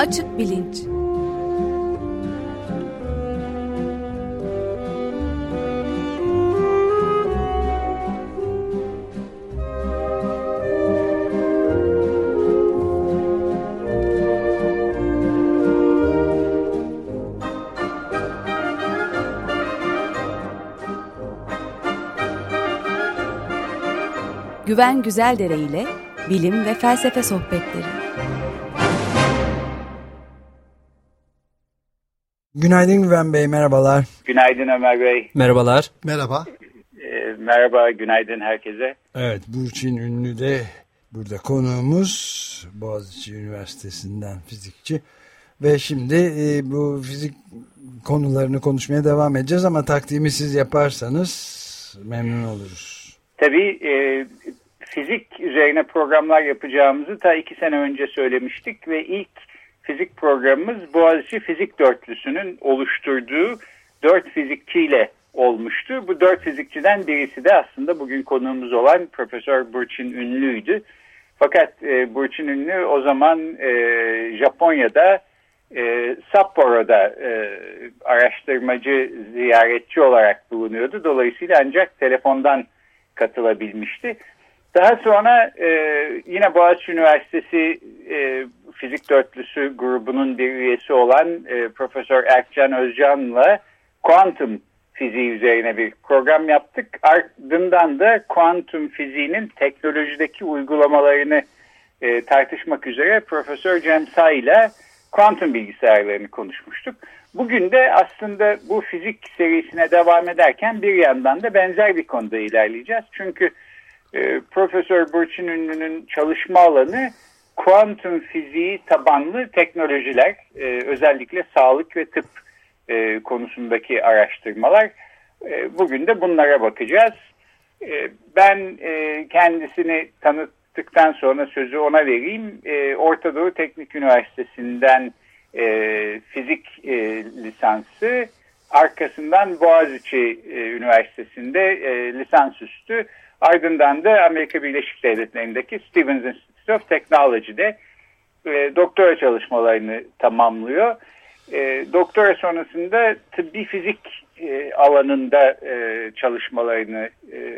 Açık bilinç. Güven Güzeldere ile bilim ve felsefe sohbetleri. Günaydın Güven Bey, merhabalar. Günaydın Ömer Bey. Merhabalar. Merhaba. Merhaba, günaydın herkese. Evet, Burçin Ünlü de burada konuğumuz. Boğaziçi Üniversitesi'nden fizikçi. Ve şimdi bu fizik konularını konuşmaya devam edeceğiz ama takdimi siz yaparsanız memnun oluruz. Tabii fizik üzerine programlar yapacağımızı ta 2 sene önce söylemiştik ve ilk fizik programımız Boğaziçi Fizik Dörtlüsü'nün oluşturduğu 4 fizikçiyle olmuştu. Bu 4 fizikçiden birisi de aslında bugün konuğumuz olan Profesör Burçin Ünlü'ydü. Fakat Burçin Ünlü o zaman Japonya'da Sapporo'da araştırmacı, ziyaretçi olarak bulunuyordu. Dolayısıyla ancak telefondan katılabilmişti. Daha sonra yine Boğaziçi Üniversitesi Fizik Dörtlüsü grubunun bir üyesi olan Profesör Erkcan Özcan'la kuantum fiziği üzerine bir program yaptık. Ardından da kuantum fiziğinin teknolojideki uygulamalarını tartışmak üzere Profesör Cem Say ile kuantum bilgisayarlarını konuşmuştuk. Bugün de aslında bu fizik serisine devam ederken bir yandan da benzer bir konuda ilerleyeceğiz. Çünkü Profesör Burçin Ünlü'nün çalışma alanı kuantum fiziği tabanlı teknolojiler, özellikle sağlık ve tıp konusundaki araştırmalar. Bugün de bunlara bakacağız. Ben kendisini tanıttıktan sonra sözü ona vereyim. Orta Doğu Teknik Üniversitesi'nden fizik lisansı, arkasından Boğaziçi Üniversitesi'nde lisansüstü, ardından da Amerika Birleşik Devletleri'ndeki Stevens Institute of Technology'de doktora çalışmalarını tamamlıyor. Doktora sonrasında tıbbi fizik alanında çalışmalarını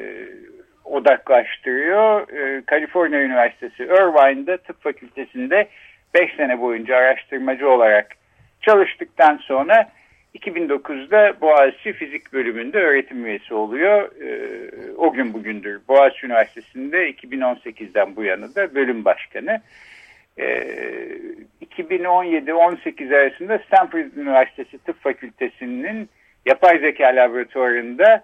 odaklaştırıyor. Kaliforniya Üniversitesi Irvine'da tıp fakültesinde 5 sene boyunca araştırmacı olarak çalıştıktan sonra 2009'da Boğaziçi Fizik Bölümünde öğretim üyesi oluyor. O gün bugündür Boğaziçi Üniversitesi'nde 2018'den bu yana da bölüm başkanı. 2017-18 arasında Stanford Üniversitesi Tıp Fakültesi'nin yapay zeka laboratuvarında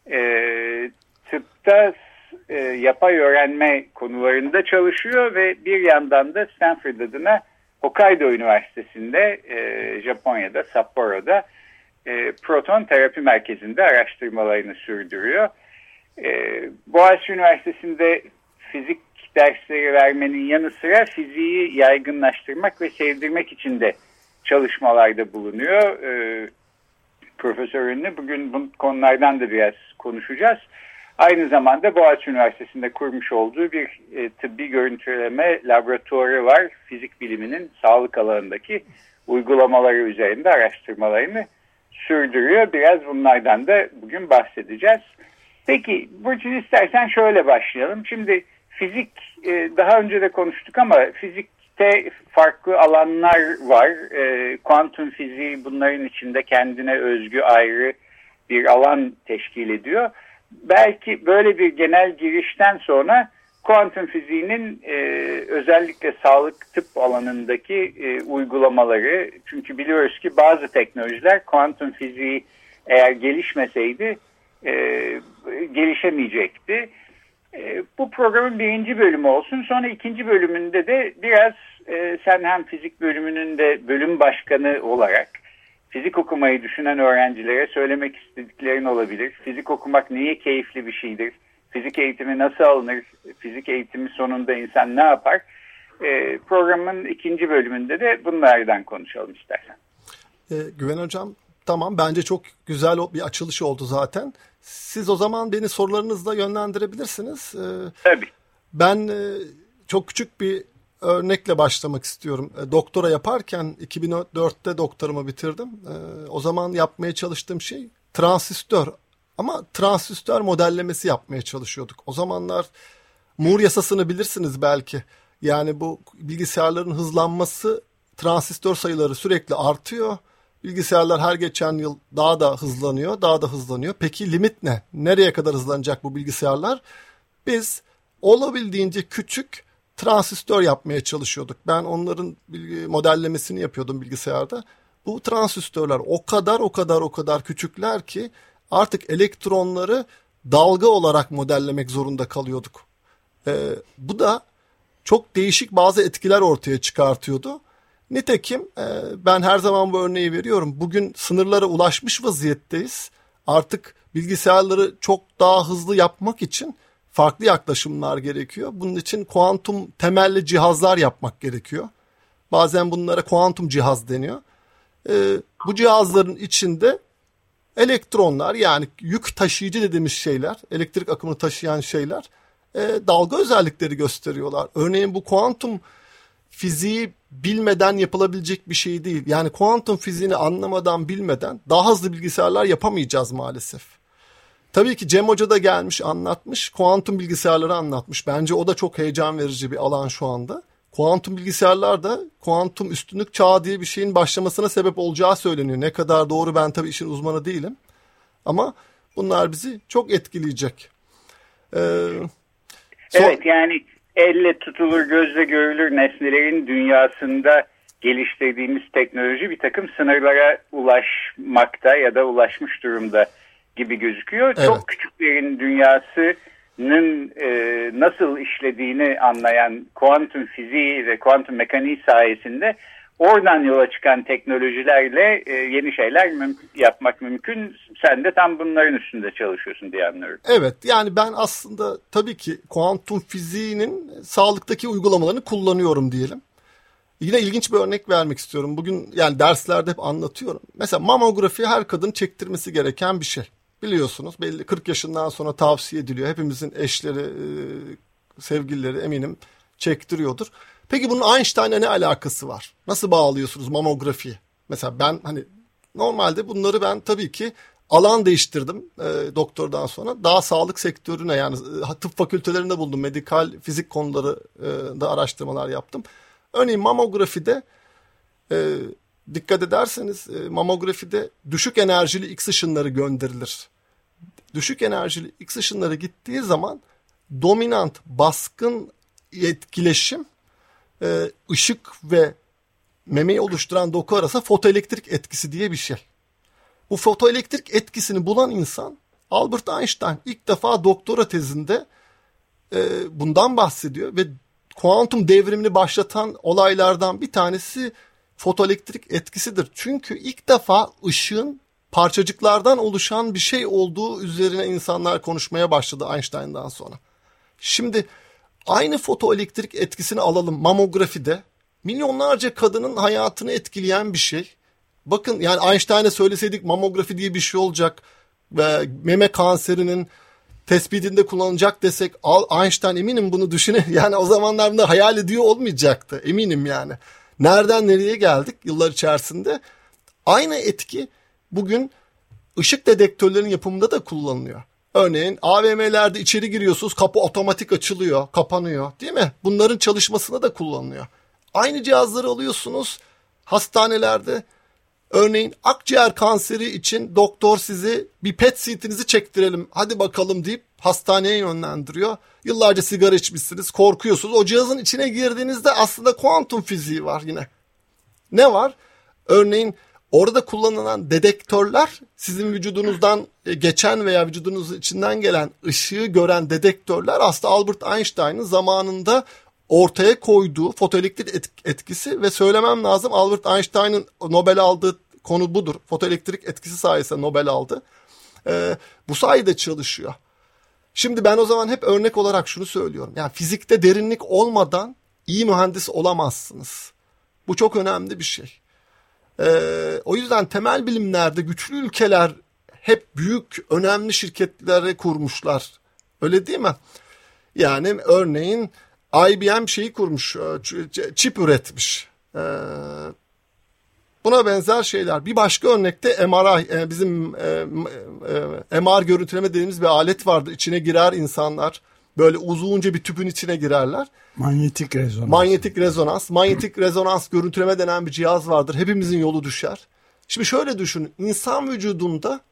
tıpta yapay öğrenme konularında çalışıyor ve bir yandan da Stanford adına Hokkaido Üniversitesi'nde Japonya'da Sapporo'da proton terapi merkezinde araştırmalarını sürdürüyor. Boğaziçi Üniversitesi'nde fizik dersleri vermenin yanı sıra fiziği yaygınlaştırmak ve sevdirmek için de çalışmalarda bulunuyor. Profesör Ünlü, bugün bu konulardan da biraz konuşacağız. Aynı zamanda Boğaziçi Üniversitesi'nde kurmuş olduğu bir tıbbi görüntüleme laboratuvarı var. Fizik biliminin sağlık alanındaki uygulamaları üzerinde araştırmalarını sürdürüyor. Biraz bunlardan da bugün bahsedeceğiz. Peki Burçin, istersen şöyle başlayalım. Şimdi fizik, daha önce de konuştuk ama fizikte farklı alanlar var. Kuantum fiziği bunların içinde kendine özgü ayrı bir alan teşkil ediyor. Belki böyle bir genel girişten sonra kuantum fiziğinin özellikle sağlık tıp alanındaki uygulamaları, çünkü biliyoruz ki bazı teknolojiler kuantum fiziği eğer gelişmeseydi gelişemeyecekti. Bu programın 1. bölümü olsun. Sonra 2. bölümünde de biraz sen hem fizik bölümünün de bölüm başkanı olarak fizik okumayı düşünen öğrencilere söylemek istediklerin olabilir. Fizik okumak niye keyifli bir şeydir? Fizik eğitimi nasıl alınır? Fizik eğitimi sonunda insan ne yapar? Programın 2. bölümünde de bunlardan konuşalım istersen. Güven Hocam, tamam, bence çok güzel bir açılış oldu zaten. Siz o zaman beni sorularınızla yönlendirebilirsiniz. Tabii. Ben çok küçük bir örnekle başlamak istiyorum. Doktora yaparken 2004'te doktoramı bitirdim. O zaman yapmaya çalıştığım şey transistör. Ama transistör modellemesi yapmaya çalışıyorduk. O zamanlar Moore yasasını bilirsiniz belki. Yani bu bilgisayarların hızlanması, transistör sayıları sürekli artıyor. Bilgisayarlar her geçen yıl daha da hızlanıyor. Peki limit ne? Nereye kadar hızlanacak bu bilgisayarlar? Biz olabildiğince küçük transistör yapmaya çalışıyorduk. Ben onların modellemesini yapıyordum bilgisayarda. Bu transistörler o kadar küçükler ki artık elektronları dalga olarak modellemek zorunda kalıyorduk. Bu da çok değişik bazı etkiler ortaya çıkartıyordu. Nitekim ben her zaman bu örneği veriyorum. Bugün sınırlara ulaşmış vaziyetteyiz. Artık bilgisayarları çok daha hızlı yapmak için farklı yaklaşımlar gerekiyor. Bunun için kuantum temelli cihazlar yapmak gerekiyor. Bazen bunlara kuantum cihaz deniyor. Bu cihazların içinde elektronlar, yani yük taşıyıcı dediğimiz şeyler, elektrik akımını taşıyan şeyler dalga özellikleri gösteriyorlar. Örneğin bu kuantum fiziği bilmeden yapılabilecek bir şey değil. Yani kuantum fiziğini anlamadan, bilmeden daha hızlı bilgisayarlar yapamayacağız maalesef. Tabii ki Cem Hoca da gelmiş, anlatmış. Kuantum bilgisayarları anlatmış. Bence o da çok heyecan verici bir alan şu anda. Kuantum bilgisayarlar da kuantum üstünlük çağı diye bir şeyin başlamasına sebep olacağı söyleniyor. Ne kadar doğru, ben tabii işin uzmanı değilim. Ama bunlar bizi çok etkileyecek. Evet, yani elle tutulur, gözle görülür nesnelerin dünyasında geliştirdiğimiz teknoloji bir takım sınırlara ulaşmakta ya da ulaşmış durumda gibi gözüküyor. Evet. Çok küçüklerin dünyasının nasıl işlediğini anlayan kuantum fiziği ve kuantum mekaniği sayesinde oradan yola çıkan teknolojilerle yeni şeyler yapmak mümkün. Sen de tam bunların üstünde çalışıyorsun diye anlıyorum. Evet, yani ben aslında tabii ki kuantum fiziğinin sağlıktaki uygulamalarını kullanıyorum diyelim. Yine ilginç bir örnek vermek istiyorum. Bugün yani derslerde hep anlatıyorum. Mesela mamografi her kadın çektirmesi gereken bir şey. Biliyorsunuz, belli 40 yaşından sonra tavsiye ediliyor. Hepimizin eşleri, sevgilileri eminim çektiriyordur. Peki bunun Einstein'a ne alakası var? Nasıl bağlıyorsunuz mamografiyi? Mesela ben normalde bunları ben tabii ki alan değiştirdim doktordan sonra. Daha sağlık sektörüne, yani tıp fakültelerinde buldum. Medikal fizik konuları da araştırmalar yaptım. Örneğin mamografide dikkat ederseniz mamografide düşük enerjili X ışınları gönderilir. Düşük enerjili X ışınları gittiği zaman dominant, baskın etkileşim ışık ve memeyi oluşturan doku arasında fotoelektrik etkisi diye bir şey. Bu fotoelektrik etkisini bulan insan Albert Einstein. İlk defa doktora tezinde bundan bahsediyor ve kuantum devrimini başlatan olaylardan bir tanesi fotoelektrik etkisidir. Çünkü ilk defa ışığın parçacıklardan oluşan bir şey olduğu üzerine insanlar konuşmaya başladı Einstein'dan sonra. Şimdi aynı fotoelektrik etkisini alalım mamografide. Milyonlarca kadının hayatını etkileyen bir şey. Bakın, yani Einstein'a söyleseydik mamografi diye bir şey olacak ve meme kanserinin tespitinde kullanılacak desek, Einstein eminim bunu düşünün. Yani o zamanlar bunu hayal ediyor olmayacaktı, eminim yani. Nereden nereye geldik yıllar içerisinde? Aynı etki bugün ışık dedektörlerinin yapımında da kullanılıyor. Örneğin AVM'lerde içeri giriyorsunuz, kapı otomatik açılıyor, kapanıyor, değil mi? Bunların çalışmasına da kullanılıyor. Aynı cihazları alıyorsunuz hastanelerde. Örneğin akciğer kanseri için doktor sizi bir PET CT'nizi çektirelim, hadi bakalım deyip hastaneye yönlendiriyor. Yıllarca sigara içmişsiniz, korkuyorsunuz. O cihazın içine girdiğinizde aslında kuantum fiziği var yine. Ne var? Örneğin orada kullanılan dedektörler sizin vücudunuzdan geçen veya vücudunuzun içinden gelen ışığı gören dedektörler aslında Albert Einstein'ın zamanında ortaya koyduğu fotoelektrik etkisi ve söylemem lazım, Albert Einstein'ın Nobel aldığı konu budur. Fotoelektrik etkisi sayesinde Nobel aldı. Bu sayede çalışıyor. Şimdi ben o zaman hep örnek olarak şunu söylüyorum. Yani fizikte derinlik olmadan iyi mühendis olamazsınız. Bu çok önemli bir şey. O yüzden temel bilimlerde güçlü ülkeler hep büyük, önemli şirketleri kurmuşlar. Öyle değil mi? Yani örneğin IBM şeyi kurmuş, çip üretmiş. Buna benzer şeyler. Bir başka örnekte MRI, bizim MR görüntüleme dediğimiz bir alet vardı. İçine girer insanlar. Böyle uzunca bir tüpün içine girerler. Manyetik rezonans. Manyetik rezonans görüntüleme denen bir cihaz vardır. Hepimizin yolu düşer. Şimdi şöyle düşünün. İnsan vücudunda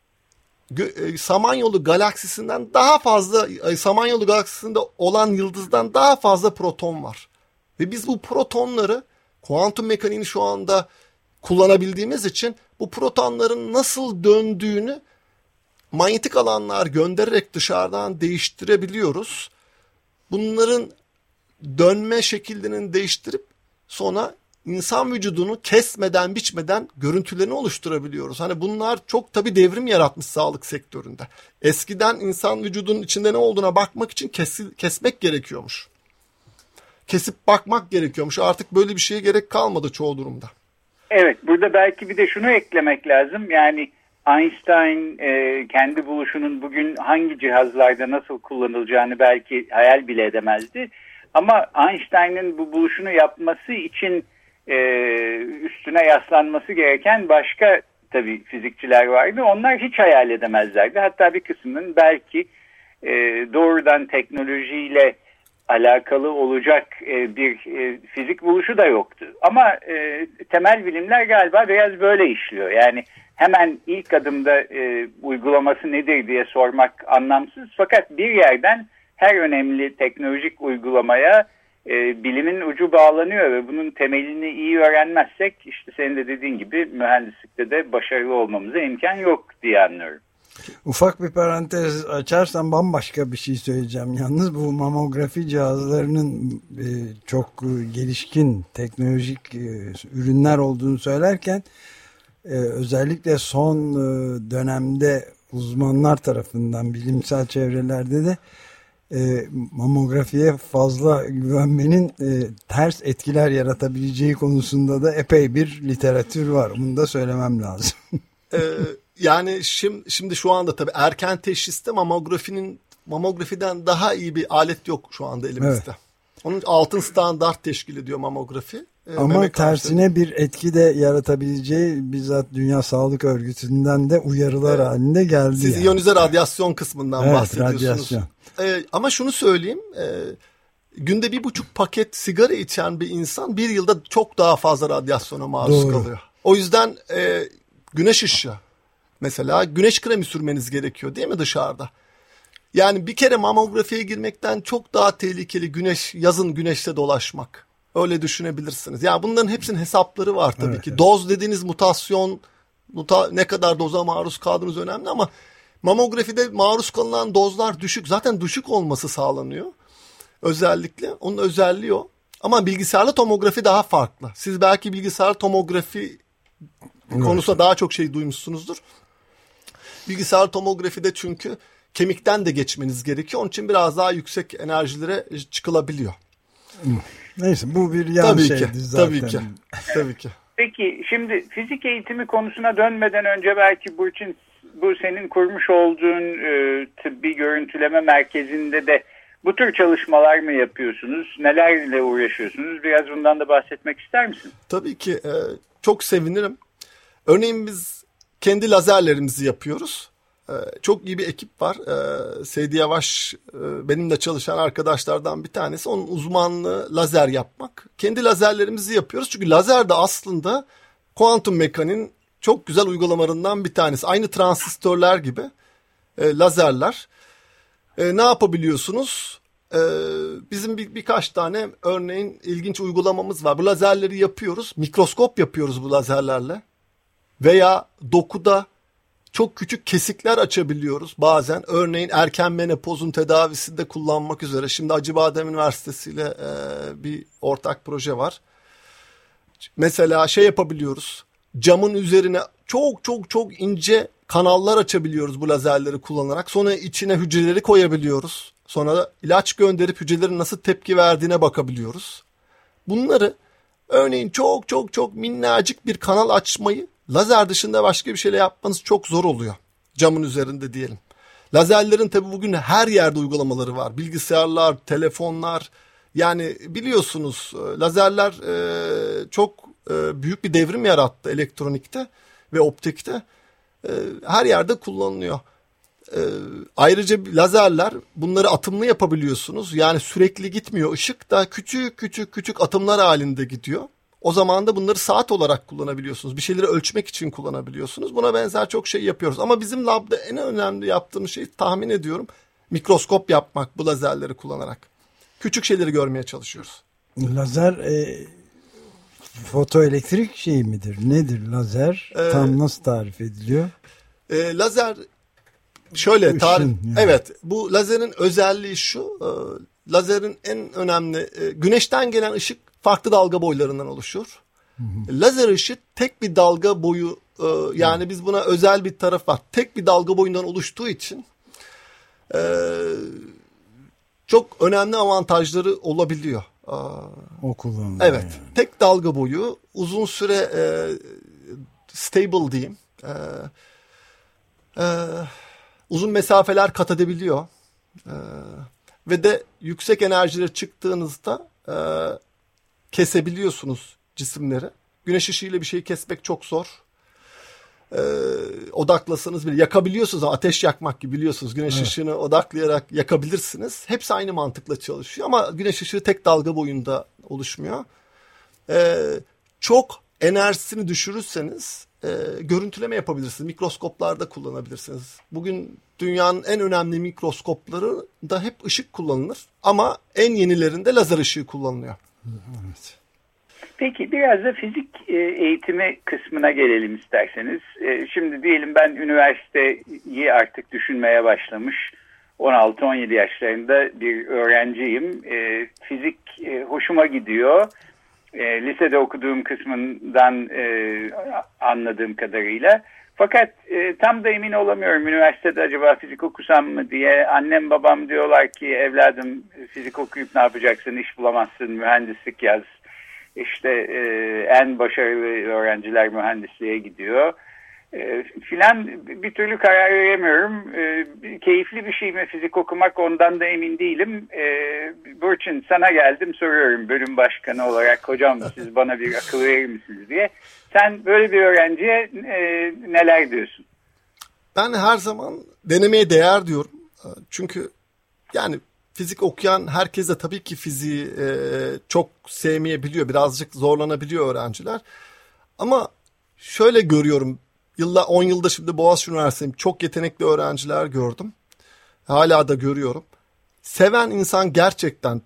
Samanyolu galaksisinden daha fazla, Samanyolu galaksisinde olan yıldızdan daha fazla proton var. Ve biz bu protonları kuantum mekaniğini şu anda kullanabildiğimiz için bu protonların nasıl döndüğünü manyetik alanlar göndererek dışarıdan değiştirebiliyoruz. Bunların dönme şekillerini değiştirip sonra insan vücudunu kesmeden biçmeden görüntülerini oluşturabiliyoruz. Hani bunlar çok tabii devrim yaratmış sağlık sektöründe. Eskiden insan vücudunun içinde ne olduğuna bakmak için kesmek gerekiyormuş. Kesip bakmak gerekiyormuş. Artık böyle bir şeye gerek kalmadı çoğu durumda. Evet, burada belki bir de şunu eklemek lazım. Yani Einstein kendi buluşunun bugün hangi cihazlarda nasıl kullanılacağını belki hayal bile edemezdi. Ama Einstein'ın bu buluşunu yapması için üstüne yaslanması gereken başka tabii fizikçiler vardı. Onlar hiç hayal edemezlerdi. Hatta bir kısmının belki doğrudan teknolojiyle alakalı olacak bir fizik buluşu da yoktu. Ama temel bilimler galiba biraz böyle işliyor. Yani hemen ilk adımda uygulaması nedir diye sormak anlamsız. Fakat bir yerden her önemli teknolojik uygulamaya bilimin ucu bağlanıyor ve bunun temelini iyi öğrenmezsek işte senin de dediğin gibi mühendislikte de başarılı olmamıza imkan yok diye anlıyorum. Ufak bir parantez açarsam bambaşka bir şey söyleyeceğim. Yalnız bu mamografi cihazlarının çok gelişkin teknolojik ürünler olduğunu söylerken özellikle son dönemde uzmanlar tarafından bilimsel çevrelerde de mamografiye fazla güvenmenin ters etkiler yaratabileceği konusunda da epey bir literatür var. Bunu da söylemem lazım. Yani şimdi şu anda tabii erken teşhiste mamografiden daha iyi bir alet yok şu anda elimizde. Evet. Onun altın standart teşkil ediyor mamografi. Ama tersine bir etki de yaratabileceği bizzat Dünya Sağlık Örgütü'nden de uyarılar halinde geldi. Siz yani iyonize radyasyon kısmından bahsediyorsunuz. Radyasyon. Ama şunu söyleyeyim. Günde 1,5 paket sigara içen bir insan bir yılda çok daha fazla radyasyona maruz kalıyor. O yüzden güneş ışığı. Mesela güneş kremi sürmeniz gerekiyor değil mi dışarıda? Yani bir kere mamografiye girmekten çok daha tehlikeli yazın güneşte dolaşmak. Öyle düşünebilirsiniz. Yani bunların hepsinin hesapları var tabii ki. Evet. Doz dediğiniz mutasyon, ne kadar doza maruz kaldığınız önemli ama mamografide maruz kalınan dozlar düşük. Zaten düşük olması sağlanıyor. Özellikle onun özelliği o. Ama bilgisayarlı tomografi daha farklı. Siz belki bilgisayarlı tomografi konusunda daha çok şey duymuşsunuzdur. Bilgisayar tomografide çünkü kemikten de geçmeniz gerekiyor. Onun için biraz daha yüksek enerjilere çıkılabiliyor. Neyse bu bir yan şeydi zaten. Tabii ki. Peki şimdi fizik eğitimi konusuna dönmeden önce belki Burçin bu senin kurmuş olduğun tıbbi görüntüleme merkezinde de bu tür çalışmalar mı yapıyorsunuz? Nelerle uğraşıyorsunuz? Biraz bundan da bahsetmek ister misin? Tabii ki. Çok sevinirim. Örneğin biz kendi lazerlerimizi yapıyoruz. Çok iyi bir ekip var. Seydi Yavaş benimle çalışan arkadaşlardan bir tanesi. Onun uzmanlığı lazer yapmak. Kendi lazerlerimizi yapıyoruz. Çünkü lazer de aslında kuantum mekaniğinin çok güzel uygulamalarından bir tanesi. Aynı transistörler gibi lazerler. Ne yapabiliyorsunuz? Bizim birkaç tane örneğin ilginç uygulamamız var. Bu lazerleri yapıyoruz. Mikroskop yapıyoruz bu lazerlerle. Veya dokuda çok küçük kesikler açabiliyoruz bazen. Örneğin erken menopozun tedavisinde kullanmak üzere. Şimdi Acıbadem Üniversitesi ile bir ortak proje var. Mesela yapabiliyoruz. Camın üzerine çok ince kanallar açabiliyoruz bu lazerleri kullanarak. Sonra içine hücreleri koyabiliyoruz. Sonra da ilaç gönderip hücrelerin nasıl tepki verdiğine bakabiliyoruz. Bunları örneğin çok minnacık bir kanal açmayı lazer dışında başka bir şeyle yapmanız çok zor oluyor. Camın üzerinde diyelim. Lazerlerin tabii bugün her yerde uygulamaları var. Bilgisayarlar, telefonlar, Yani biliyorsunuz lazerler çok büyük bir devrim yarattı elektronikte ve optikte. Her yerde kullanılıyor. Ayrıca lazerler, bunları atımlı yapabiliyorsunuz. Yani sürekli gitmiyor. Işık da küçük atımlar halinde gidiyor. O zaman da bunları saat olarak kullanabiliyorsunuz. Bir şeyleri ölçmek için kullanabiliyorsunuz. Buna benzer çok şey yapıyoruz. Ama bizim labda en önemli yaptığımız şey, tahmin ediyorum, mikroskop yapmak bu lazerleri kullanarak. Küçük şeyleri görmeye çalışıyoruz. Lazer fotoelektrik şey midir? Nedir lazer? Tam nasıl tarif ediliyor? Lazer şöyle tarif. Yani. Evet, bu lazerin özelliği şu. Lazerin en önemli, güneşten gelen ışık farklı dalga boylarından oluşur. Lazer ışığı tek bir dalga boyu, yani biz buna özel bir taraf var. Tek bir dalga boyundan oluştuğu için çok önemli avantajları olabiliyor. O kullanılıyor. Evet. Yani. Tek dalga boyu, uzun süre stable diyeyim. Uzun mesafeler kat edebiliyor. Ve de yüksek enerjilere çıktığınızda kesebiliyorsunuz cisimleri. Güneş ışığıyla bir şeyi kesmek çok zor. Odaklasanız bile yakabiliyorsunuz, ama ateş yakmak gibi, biliyorsunuz. Güneş ışığını odaklayarak yakabilirsiniz. Hepsi aynı mantıkla çalışıyor ama güneş ışığı tek dalga boyunda oluşmuyor. Çok enerjisini düşürürseniz görüntüleme yapabilirsiniz. Mikroskoplarda kullanabilirsiniz. Bugün dünyanın en önemli mikroskopları da hep ışık kullanılır. Ama en yenilerinde lazer ışığı kullanılıyor. Evet. Peki biraz da fizik eğitimi kısmına gelelim isterseniz. Şimdi diyelim ben üniversiteyi artık düşünmeye başlamış 16-17 yaşlarında bir öğrenciyim. Fizik hoşuma gidiyor. Lisede okuduğum kısmından anladığım kadarıyla. Fakat tam da emin olamıyorum, üniversitede acaba fizik okusam mı diye. Annem babam diyorlar ki evladım fizik okuyup ne yapacaksın, iş bulamazsın, mühendislik yaz. İşte en başarılı öğrenciler mühendisliğe gidiyor. Filan bir türlü karar veremiyorum. Keyifli bir şey mi fizik okumak, ondan da emin değilim. Burçin, sana geldim, soruyorum bölüm başkanı olarak, hocam siz bana bir akıl verir misiniz diye. Sen böyle bir öğrenciye neler diyorsun? Ben her zaman denemeye değer diyorum. Çünkü yani fizik okuyan herkes de tabii ki fiziği çok sevmeyebiliyor. Birazcık zorlanabiliyor öğrenciler. Ama şöyle görüyorum. 10 yılda şimdi Boğaziçi Üniversitesi'nde çok yetenekli öğrenciler gördüm. Hala da görüyorum. Seven insan gerçekten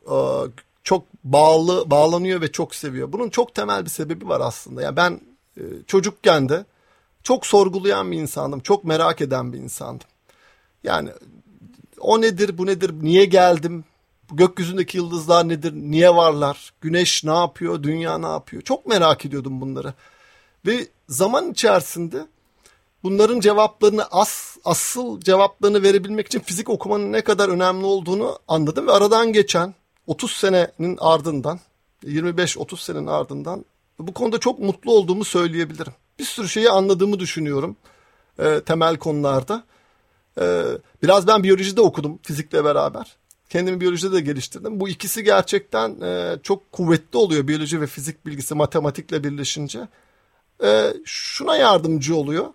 çok bağlanıyor ve çok seviyor. Bunun çok temel bir sebebi var aslında. Yani ben çocukken de çok sorgulayan bir insandım. Çok merak eden bir insandım. Yani o nedir, bu nedir, niye geldim, gökyüzündeki yıldızlar nedir, niye varlar, güneş ne yapıyor, dünya ne yapıyor? Çok merak ediyordum bunları. Ve zaman içerisinde bunların cevaplarını, asıl cevaplarını verebilmek için fizik okumanın ne kadar önemli olduğunu anladım. Ve aradan geçen 30 senenin ardından, 25-30 senenin ardından bu konuda çok mutlu olduğumu söyleyebilirim. Bir sürü şeyi anladığımı düşünüyorum temel konularda. Biraz ben biyolojide okudum fizikle beraber. Kendimi biyolojide de geliştirdim. Bu ikisi gerçekten çok kuvvetli oluyor, biyoloji ve fizik bilgisi matematikle birleşince. Şuna yardımcı oluyor.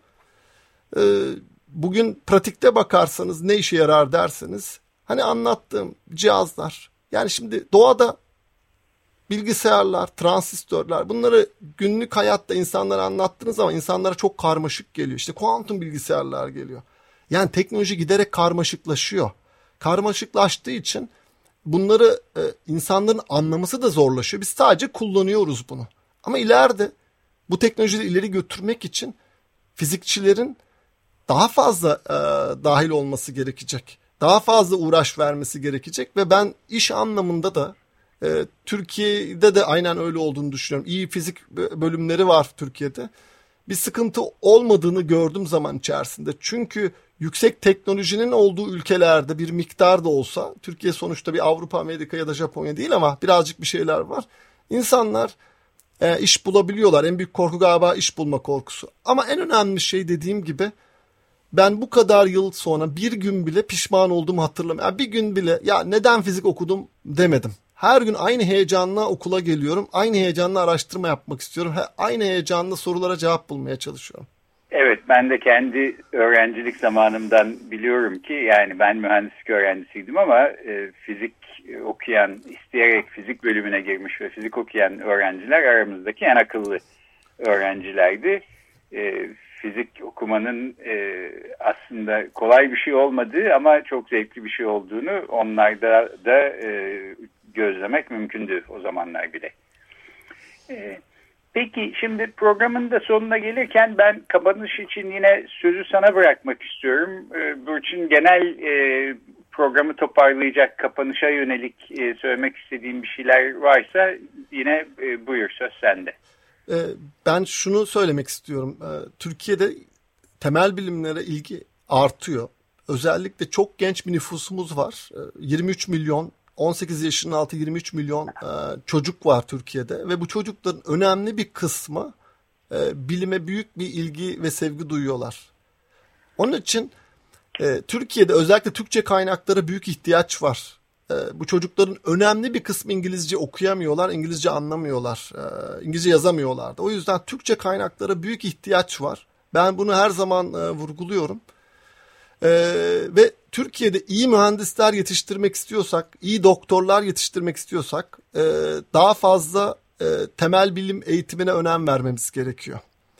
Bugün pratikte bakarsanız ne işe yarar derseniz, hani anlattığım cihazlar, yani şimdi doğada bilgisayarlar, transistörler, bunları günlük hayatta insanlara anlattığınız zaman insanlara çok karmaşık geliyor. İşte kuantum bilgisayarlar geliyor. Yani teknoloji giderek karmaşıklaşıyor. Karmaşıklaştığı için bunları insanların anlaması da zorlaşıyor. Biz sadece kullanıyoruz bunu. Ama ileride bu teknolojiyi ileri götürmek için fizikçilerin daha fazla dahil olması gerekecek. Daha fazla uğraş vermesi gerekecek ve ben iş anlamında da Türkiye'de de aynen öyle olduğunu düşünüyorum. İyi fizik bölümleri var Türkiye'de. Bir sıkıntı olmadığını gördüm zaman içerisinde. Çünkü yüksek teknolojinin olduğu ülkelerde bir miktar da olsa, Türkiye sonuçta bir Avrupa, Amerika ya da Japonya değil ama birazcık bir şeyler var. İnsanlar iş bulabiliyorlar. En büyük korku galiba iş bulma korkusu. Ama en önemli şey, dediğim gibi, ben bu kadar yıl sonra bir gün bile pişman olduğumu hatırlamıyorum. Yani bir gün bile ya neden fizik okudum demedim. Her gün aynı heyecanla okula geliyorum. Aynı heyecanla araştırma yapmak istiyorum. Aynı heyecanla sorulara cevap bulmaya çalışıyorum. Evet, ben de kendi öğrencilik zamanımdan biliyorum ki yani ben mühendislik öğrencisiydim ama fizik okuyan, isteyerek fizik bölümüne girmiş ve fizik okuyan öğrenciler aramızdaki en akıllı öğrencilerdi. Fizik okumanın aslında kolay bir şey olmadığı ama çok zevkli bir şey olduğunu onlarda da gözlemek mümkündü o zamanlar bile. Peki şimdi programın da sonuna gelirken ben kapanış için yine sözü sana bırakmak istiyorum. Burçin, genel programı toparlayacak, kapanışa yönelik söylemek istediğim bir şeyler varsa yine buyur, söz sende. Ben şunu söylemek istiyorum. Türkiye'de temel bilimlere ilgi artıyor. Özellikle çok genç bir nüfusumuz var. 23 milyon, 18 yaşının altı 23 milyon çocuk var Türkiye'de. Ve bu çocukların önemli bir kısmı bilime büyük bir ilgi ve sevgi duyuyorlar. Onun için Türkiye'de özellikle Türkçe kaynaklara büyük ihtiyaç var. Bu çocukların önemli bir kısmı İngilizce okuyamıyorlar, İngilizce anlamıyorlar, İngilizce yazamıyorlar da. O yüzden Türkçe kaynaklara büyük ihtiyaç var. Ben bunu her zaman vurguluyorum. Ve Türkiye'de iyi mühendisler yetiştirmek istiyorsak, iyi doktorlar yetiştirmek istiyorsak daha fazla temel bilim eğitimine önem vermemiz gerekiyor.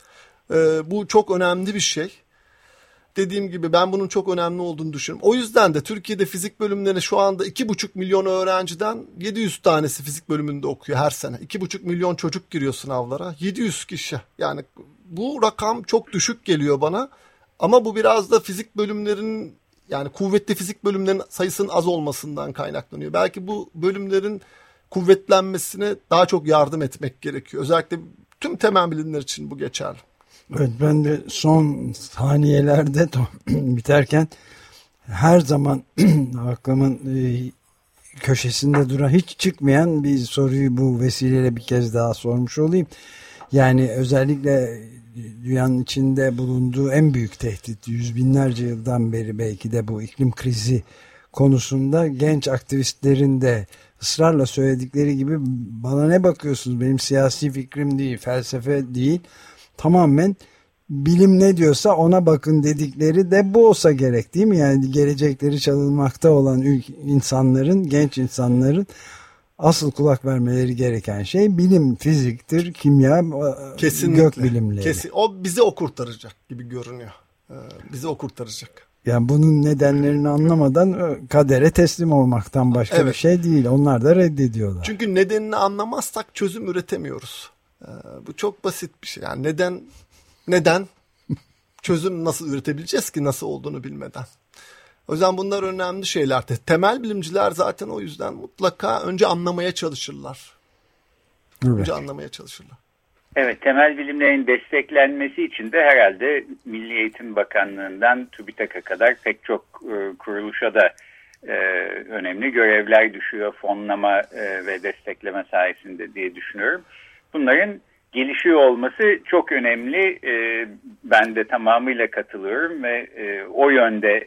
Bu çok önemli bir şey. Dediğim gibi ben bunun çok önemli olduğunu düşünüyorum. O yüzden de Türkiye'de fizik bölümlerine şu anda 2,5 milyon öğrenciden 700 tanesi fizik bölümünde okuyor her sene. 2,5 milyon çocuk giriyor sınavlara. 700 kişi. Yani bu rakam çok düşük geliyor bana. Ama bu biraz da fizik bölümlerinin, yani kuvvetli fizik bölümlerinin sayısının az olmasından kaynaklanıyor. Belki bu bölümlerin kuvvetlenmesine daha çok yardım etmek gerekiyor. Özellikle tüm temel bilimler için bu geçerli. Evet, ben de son saniyelerde biterken her zaman aklımın köşesinde duran, hiç çıkmayan bir soruyu bu vesileyle bir kez daha sormuş olayım. Yani özellikle dünyanın içinde bulunduğu en büyük tehdit, yüz binlerce yıldan beri belki de bu iklim krizi konusunda genç aktivistlerin de ısrarla söyledikleri gibi, bana ne bakıyorsunuz, benim siyasi fikrim değil, felsefe değil, tamamen bilim ne diyorsa ona bakın dedikleri de bu olsa gerek, değil mi? Yani gelecekleri çalınmakta olan insanların, genç insanların asıl kulak vermeleri gereken şey bilim, fiziktir, kimya, kesinlikle, gök bilimleri. O bizi o kurtaracak gibi görünüyor. Bizi o kurtaracak. Yani bunun nedenlerini anlamadan kadere teslim olmaktan başka bir şey değil. Onlar da reddediyorlar. Çünkü nedenini anlamazsak çözüm üretemiyoruz. Bu çok basit bir şey. Yani neden çözüm nasıl üretebileceğiz ki nasıl olduğunu bilmeden. O yüzden bunlar önemli şeyler. Temel bilimciler zaten o yüzden mutlaka önce anlamaya çalışırlar. Evet. Önce anlamaya çalışırlar. Evet, temel bilimlerin desteklenmesi için de herhalde Milli Eğitim Bakanlığı'ndan TÜBİTAK'a kadar pek çok kuruluşa da önemli görevler düşüyor fonlama ve destekleme sayesinde diye düşünüyorum. Bunların gelişiyor olması çok önemli. Ben de tamamıyla katılıyorum ve o yönde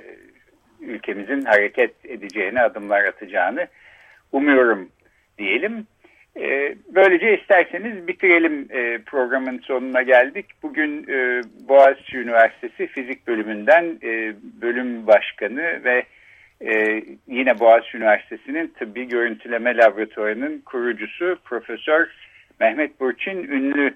ülkemizin hareket edeceğini, adımlar atacağını umuyorum diyelim. Böylece isterseniz bitirelim, programın sonuna geldik. Bugün Boğaziçi Üniversitesi Fizik Bölümünden bölüm başkanı ve yine Boğaziçi Üniversitesi'nin Tıbbi Görüntüleme Laboratuvarı'nın kurucusu Profesör Mehmet Burçin Ünlü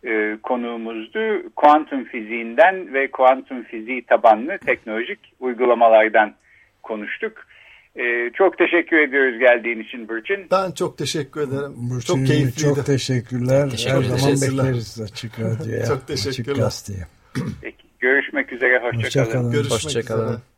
konuğumuzdu. Kuantum fiziğinden ve kuantum fiziği tabanlı teknolojik uygulamalardan konuştuk. Çok teşekkür ediyoruz geldiğin için Burçin. Ben çok teşekkür ederim. Burçin, çok keyifliydi. Çok teşekkürler. Her zaman bekleriz Açık Radyo'ya. Çok teşekkürler. Açık Gazete'ye. Peki, görüşmek üzere. Hoşça kalın. Görüşmek üzere.